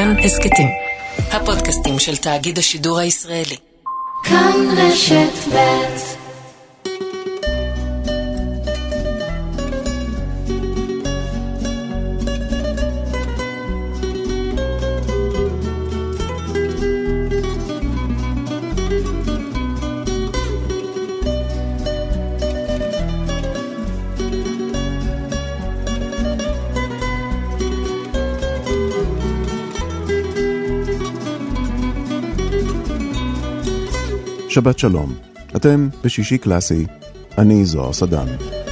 כאן הסקטים, הפודקאסטים של תאגיד השידור הישראלי. כאן רשת ב'. שבת שלום, אתם בשישי קלאסי, אני זוהר סדן.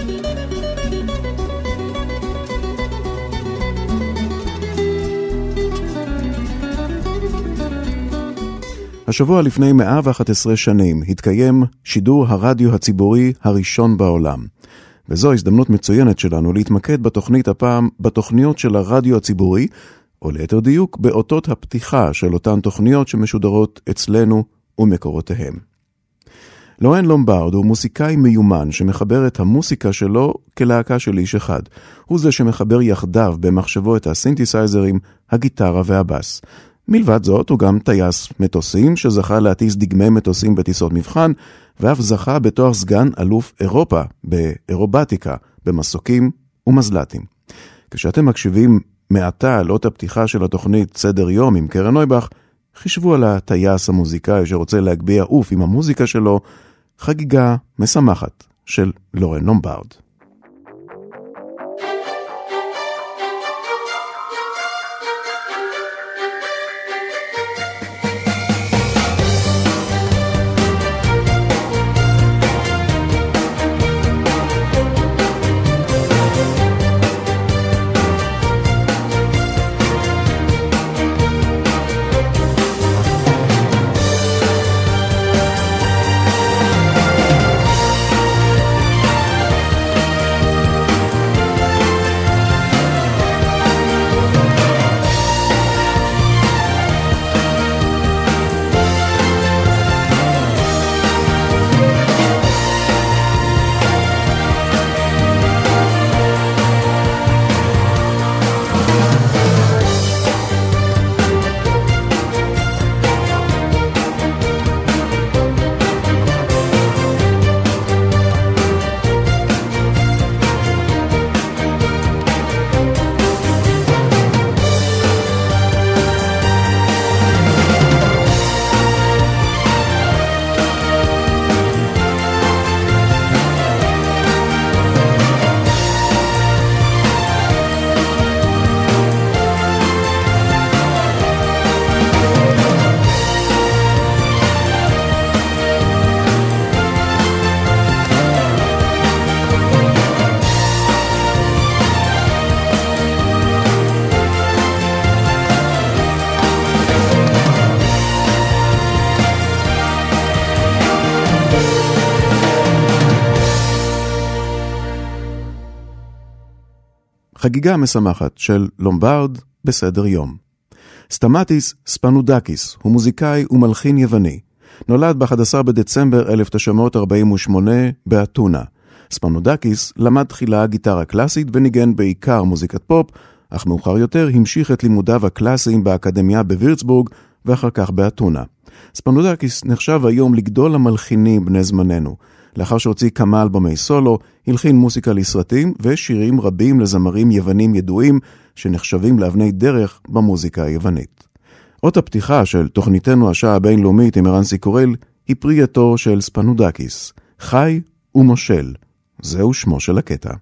השבוע לפני 111 שנים התקיים שידור הרדיו הציבורי הראשון בעולם. וזו הזדמנות מצוינת שלנו להתמקד בתוכנית הפעם בתוכניות של הרדיו הציבורי, או ליתר דיוק באותות הפתיחה של אותן תוכניות שמשודרות אצלנו ומקורותיהם. לורן לומברד הוא מוסיקאי מיומן שמחבר את המוסיקה שלו כלהקה של איש אחד. הוא זה שמחבר יחדיו במחשבו את הסינתסייזרים, הגיטרה והבאס. מלבד זאת הוא גם טייס מטוסים שזכה להטיס דגמי מטוסים בטיסות מבחן, ואף זכה בתואר סגן אלוף אירופה באירובטיקה, במסוקים ומזל"טים. כשאתם מקשיבים מעתה על אות הפתיחה של התוכנית סדר יום עם קרן נויבך, חישבו על הטייס המוזיקאי שרוצה להגביה אוף עם המוזיקה שלו, חגיגה משמחת של לורן לומברד. חגיגה משמחת של לומברד בסדר יום. סטמטיס ספנודקיס הוא מוזיקאי ומלחין יווני. נולד ב-11 בדצמבר 1948 באתונה. ספנודקיס למד תחילה גיטרה קלאסית וניגן בעיקר מוזיקת פופ, אך מאוחר יותר המשיך את לימודיו הקלאסיים באקדמיה בווירצבורג ואחר כך באתונה. ספנודקיס נחשב היום לגדול המלחינים בני זמננו. לאחר שהוציא כמה אלבומי סולו, הלחין מוסיקה לסרטים ושירים רבים לזמרים יוונים ידועים שנחשבים לאבני דרך במוזיקה היוונית. אות הפתיחה של תוכניתנו השעה הבינלאומית עם ערן סיקורל היא פרי של ספנודקיס, חי ומושל. זהו שמו של הקטע.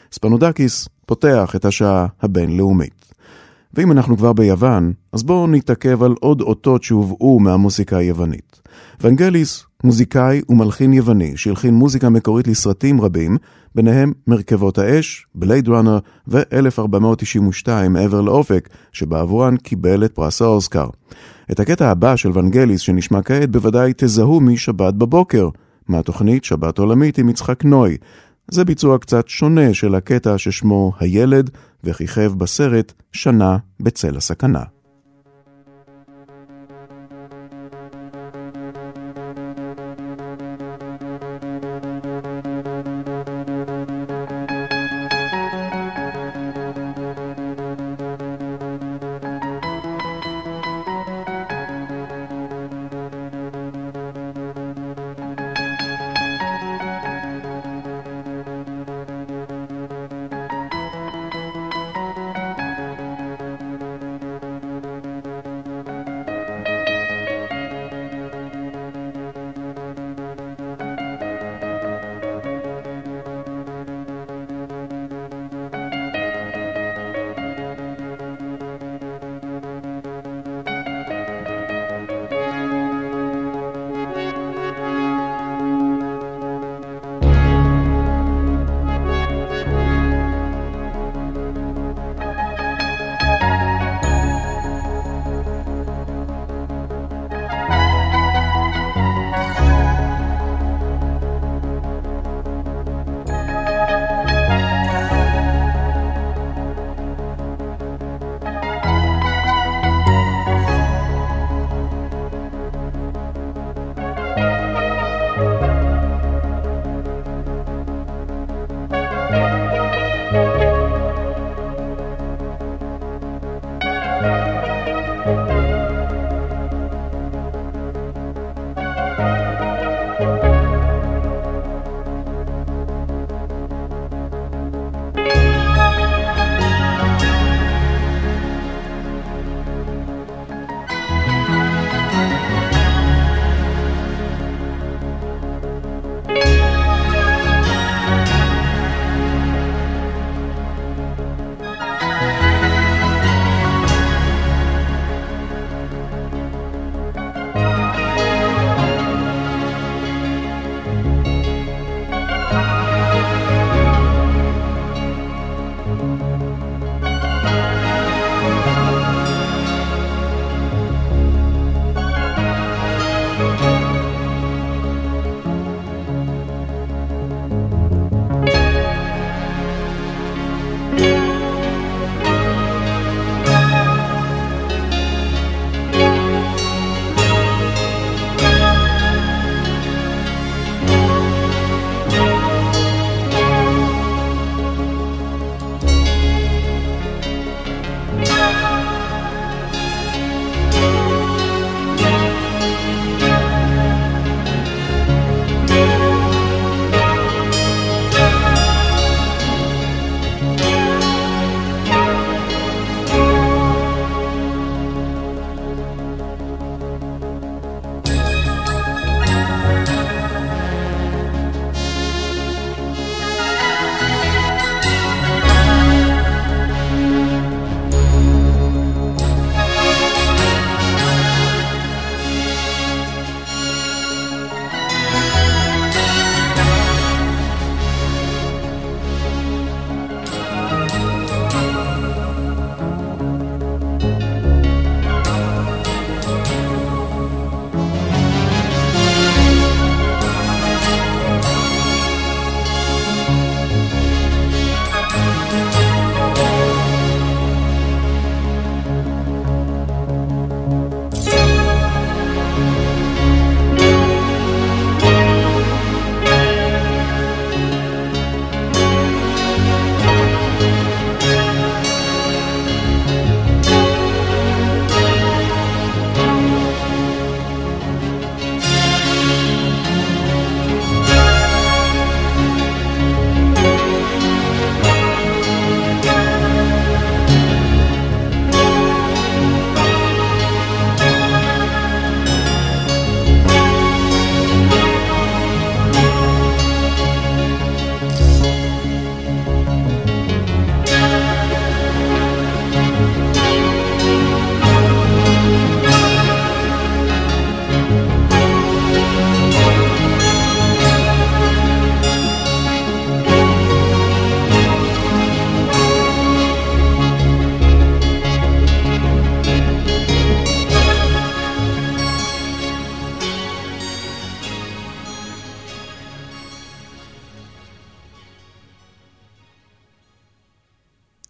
ספנודקיס פותח את השעה הבינלאומית. ואם אנחנו כבר ביוון, אז בואו נתעכב על עוד אותות שהובאו מהמוסיקה היוונית. ונגליס, מוזיקאי ומלחין יווני, שהלחין מוזיקה מקורית לסרטים רבים, ביניהם מרכבות האש, בלייד ראנר ו-1492 מעבר לאופק, שבעבורן קיבל את פרס האוסקר. את הקטע הבא של ונגליס שנשמע כעת בוודאי תזהו משבת בבוקר, מהתוכנית שבת עולמית עם יצחק נוי. זה ביצוע קצת שונה של הקטע ששמו הילד וכיכב בסרט שנה בצל הסכנה.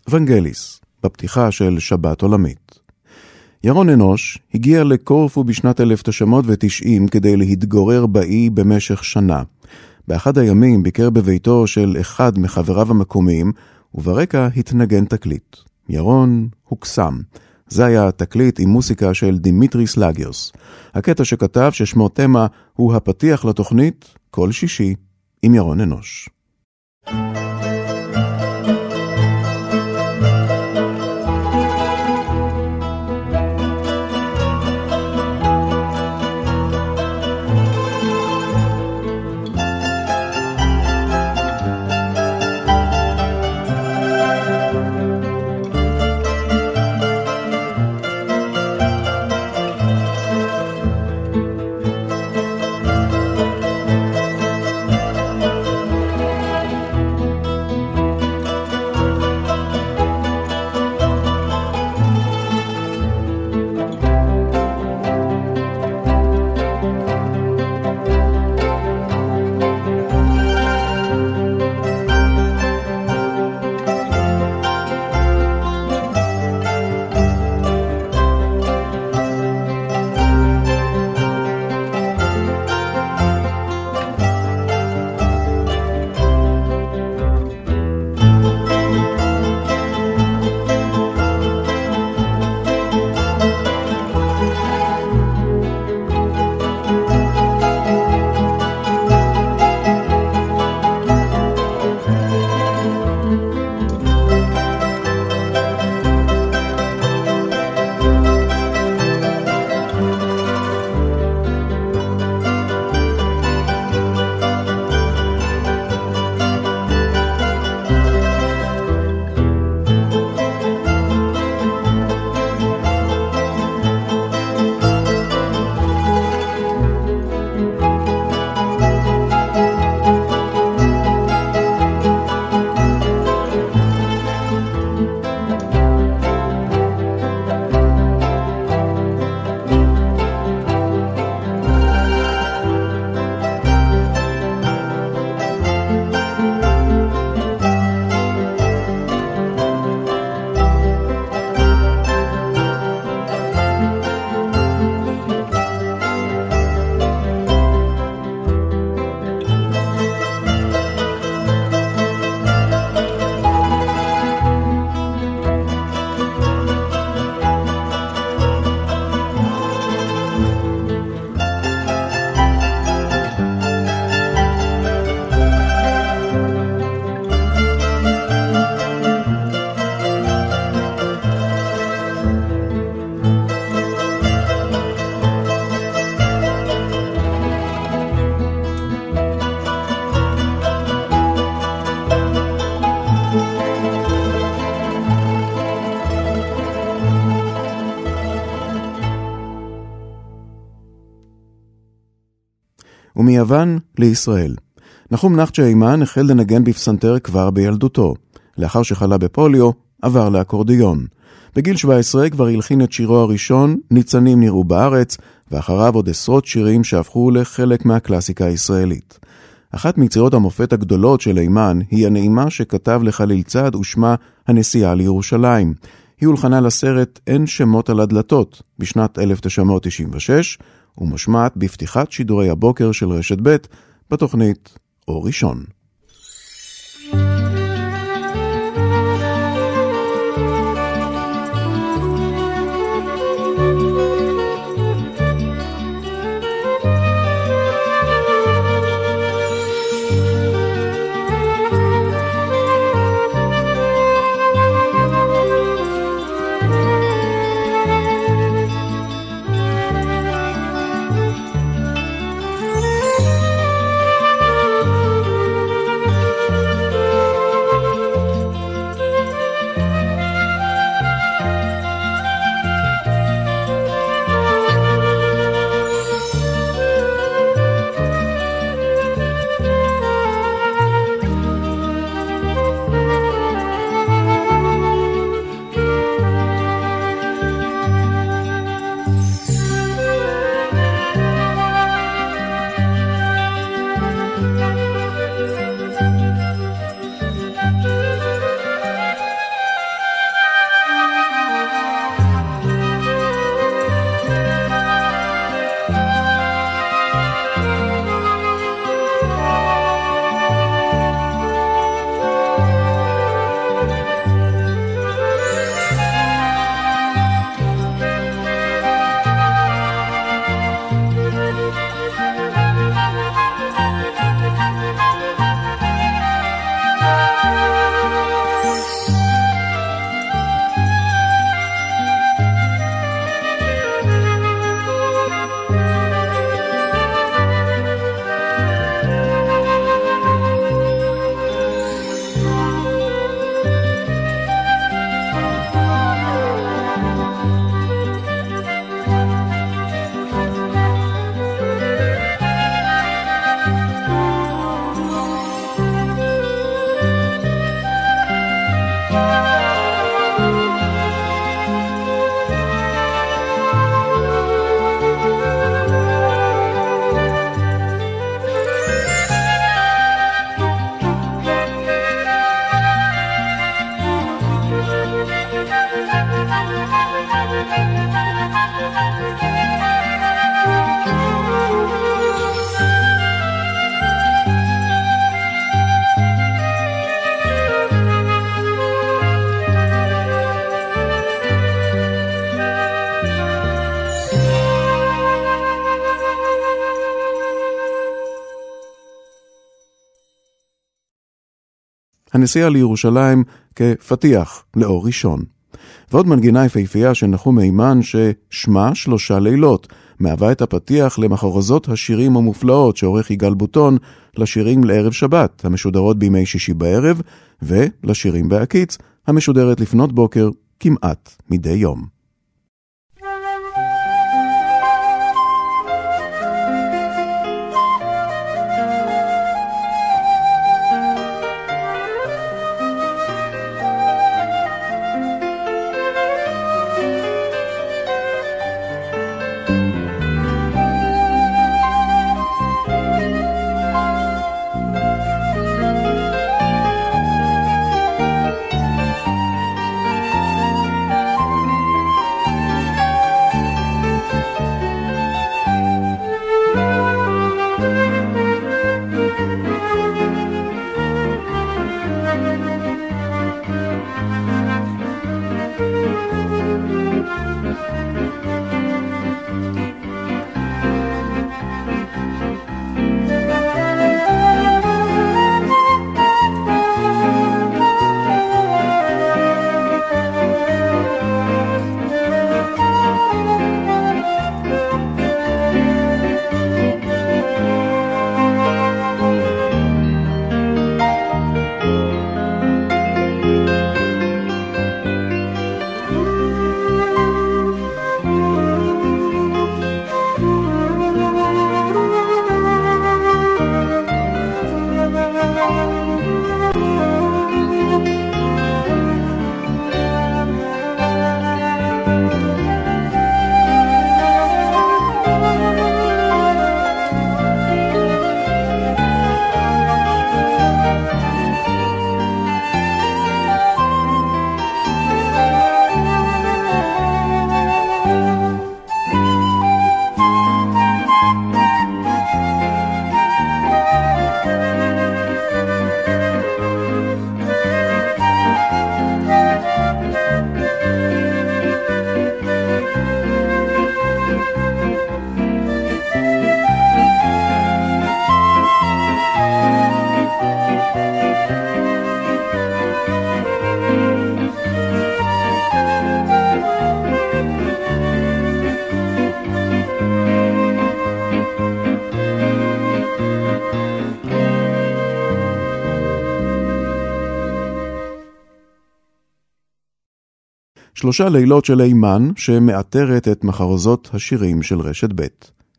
ונגליס, בפתיחה של שבת עולמית. ירון אנוש הגיע לקורפו בשנת 1990 כדי להתגורר באי במשך שנה. באחד הימים ביקר בביתו של אחד מחבריו המקומיים, וברקע התנגן תקליט. ירון הוקסם. זה היה תקליט עם מוסיקה של דימיטריס לאגיוס. הקטע שכתב ששמו תמה הוא הפתיח לתוכנית כל שישי עם ירון אנוש. ומיוון לישראל. נחום נחצ'ה אימן החל לנגן בפסנתר כבר בילדותו. לאחר שחלה בפוליו, עבר לאקורדיון. בגיל 17 כבר הלחין את שירו הראשון, ניצנים נראו בארץ, ואחריו עוד עשרות שירים שהפכו לחלק מהקלאסיקה הישראלית. אחת מיצירות המופת הגדולות של אימן היא הנעימה שכתב לחליל צד ושמה הנסיעה לירושלים. היא הולחנה לסרט אין שמות על הדלתות בשנת 1996, ומשמעת בפתיחת שידורי הבוקר של רשת ב' בתוכנית אור ראשון. הנסיעה לירושלים כפתיח לאור ראשון. ועוד מנגינה יפהפייה של נחום הימן ששמה 3 לילות, מהווה את הפתיח למחרוזות השירים המופלאות שעורך יגאל בוטון לשירים לערב שבת, המשודרות בימי שישי בערב, ולשירים בהקיץ, המשודרת לפנות בוקר כמעט מדי יום. שלושה לילות של אימן שמאתרת את מחרוזות השירים של רשת ב'.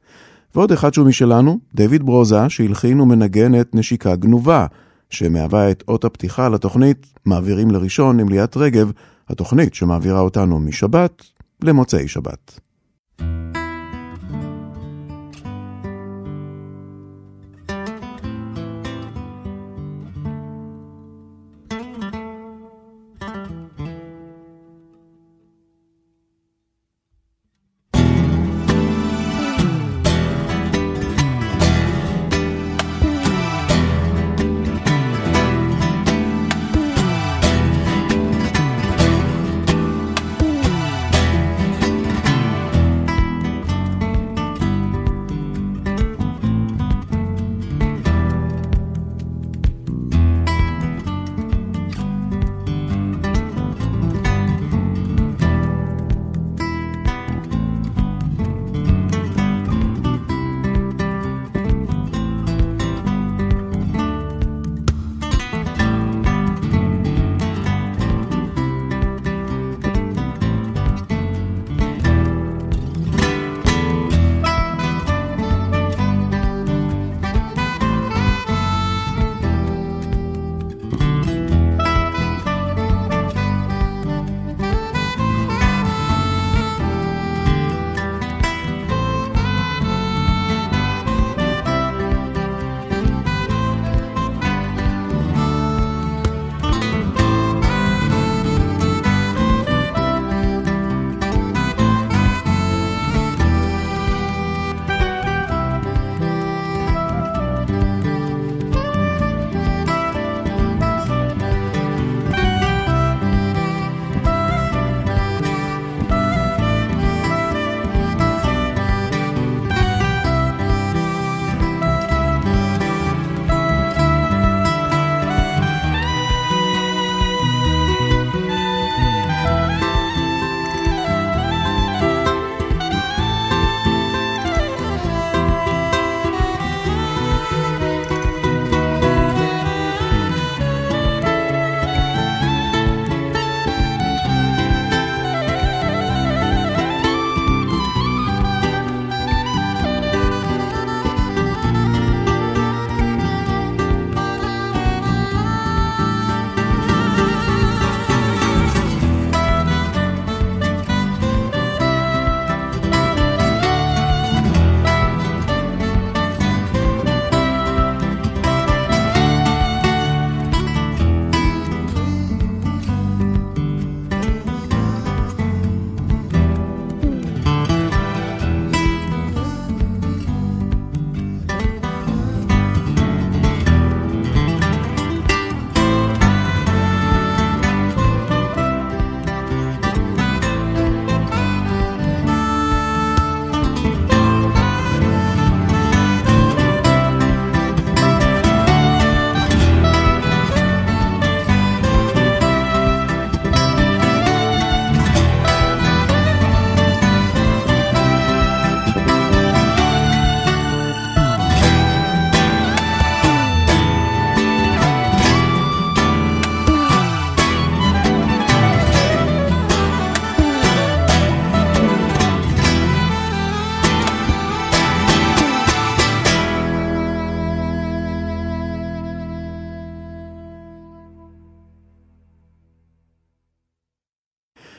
ועוד אחד שהוא משלנו, דוד ברוזה, שהלחין ומנגן את נשיקה גנובה, שמהווה את אות הפתיחה לתוכנית מעבירים לראשון עם ליאת רגב, התוכנית שמעבירה אותנו משבת למוצאי שבת.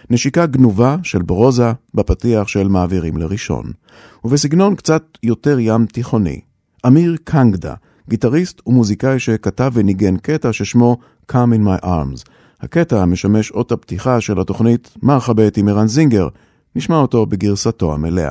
נשיקה גנובה של ברוזה בפתיח של מעבירים לראשון. ובסגנון קצת יותר ים תיכוני. אמיר קנגדה, גיטריסט ומוזיקאי שכתב וניגן קטע ששמו Come in my arms. הקטע משמש אות הפתיחה של התוכנית מרחבת עם ערן זינגר. נשמע אותו בגרסתו המלאה.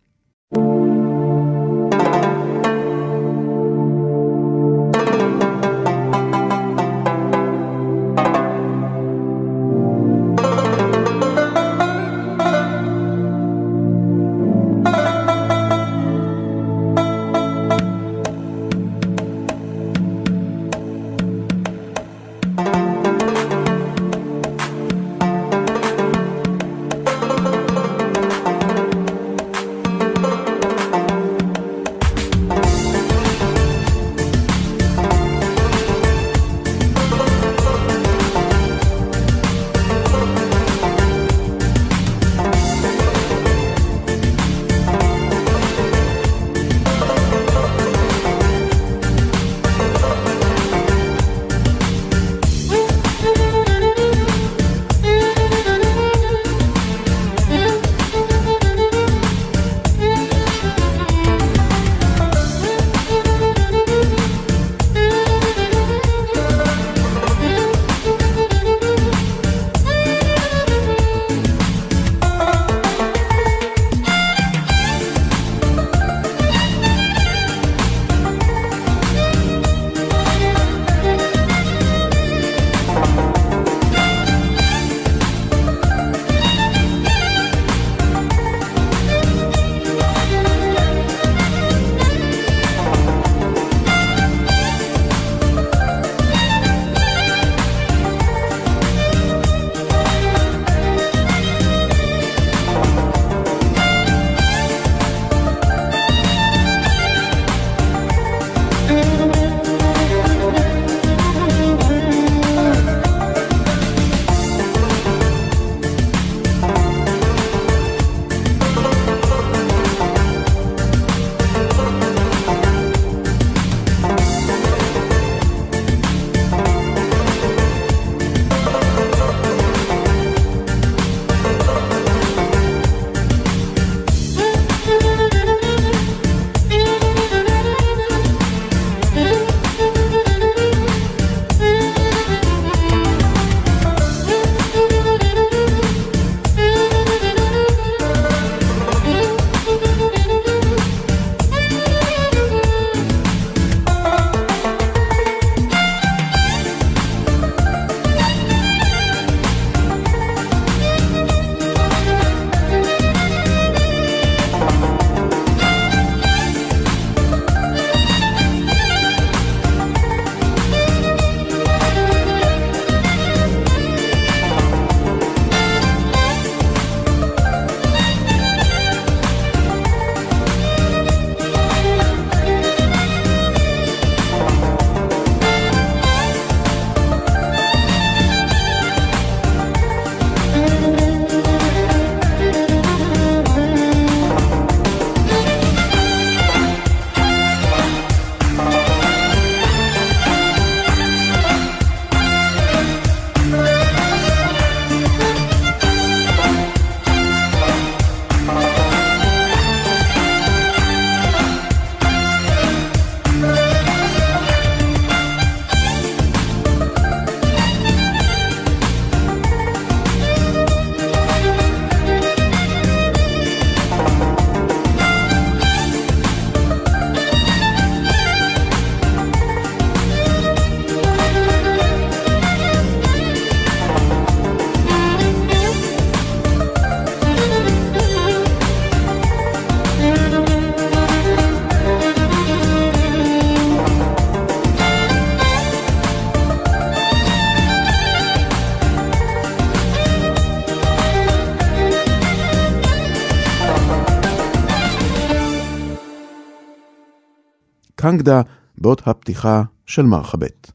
קנגדה באות הפתיחה של מרחבת.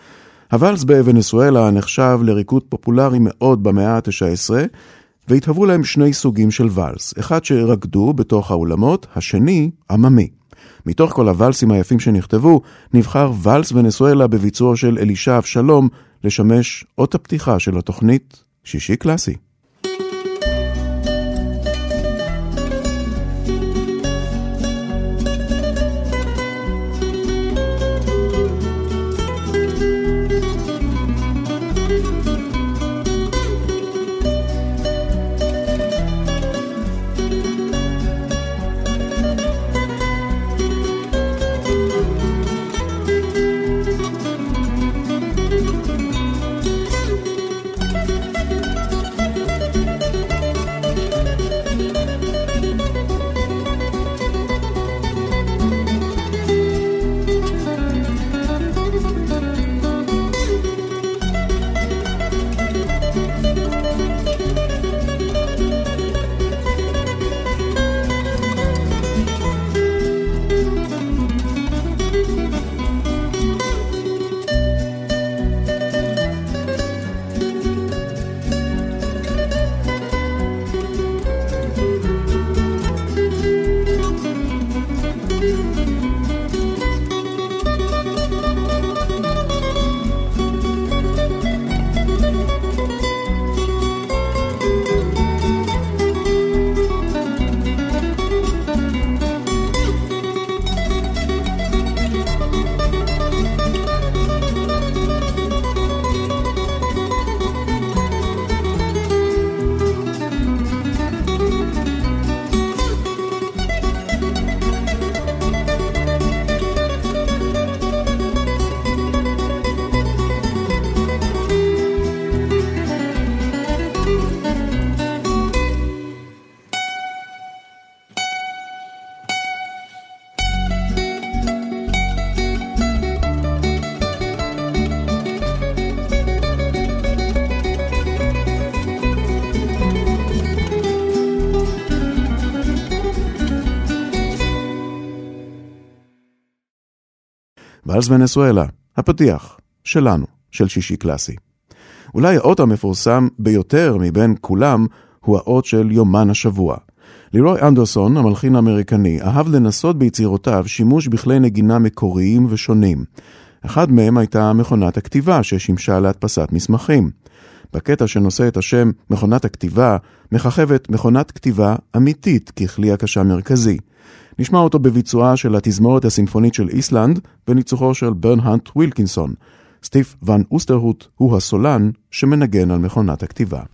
הוואלס בוונצואלה נחשב לריקוד פופולרי מאוד במאה ה-19, והתהוו להם שני סוגים של ואלס, אחד שרקדו בתוך האולמות, השני עממי. מתוך כל הוואלסים היפים שנכתבו, נבחר ואלס ונצואלה בביצוע של אלישע אבשלום לשמש אות הפתיחה של התוכנית שישי קלאסי. ואלס ונצואלה, הפתיח שלנו, של שישי קלאסי. אולי האות המפורסם ביותר מבין כולם הוא האות של יומן השבוע. לירוי אנדרסון, המלחין האמריקני, אהב לנסות ביצירותיו שימוש בכלי נגינה מקוריים ושונים. אחד מהם הייתה מכונת הכתיבה ששימשה להדפסת מסמכים. בקטע שנושא את השם מכונת הכתיבה, מככבת מכונת כתיבה אמיתית ככלי הקשה מרכזי. נשמע אותו בביצועה של התזמורת הסימפונית של איסלנד וניצוחו של ברנהארד ווילקינסון. סטיב ון אוסטרהוט הוא הסולן שמנגן על מכונת הכתיבה.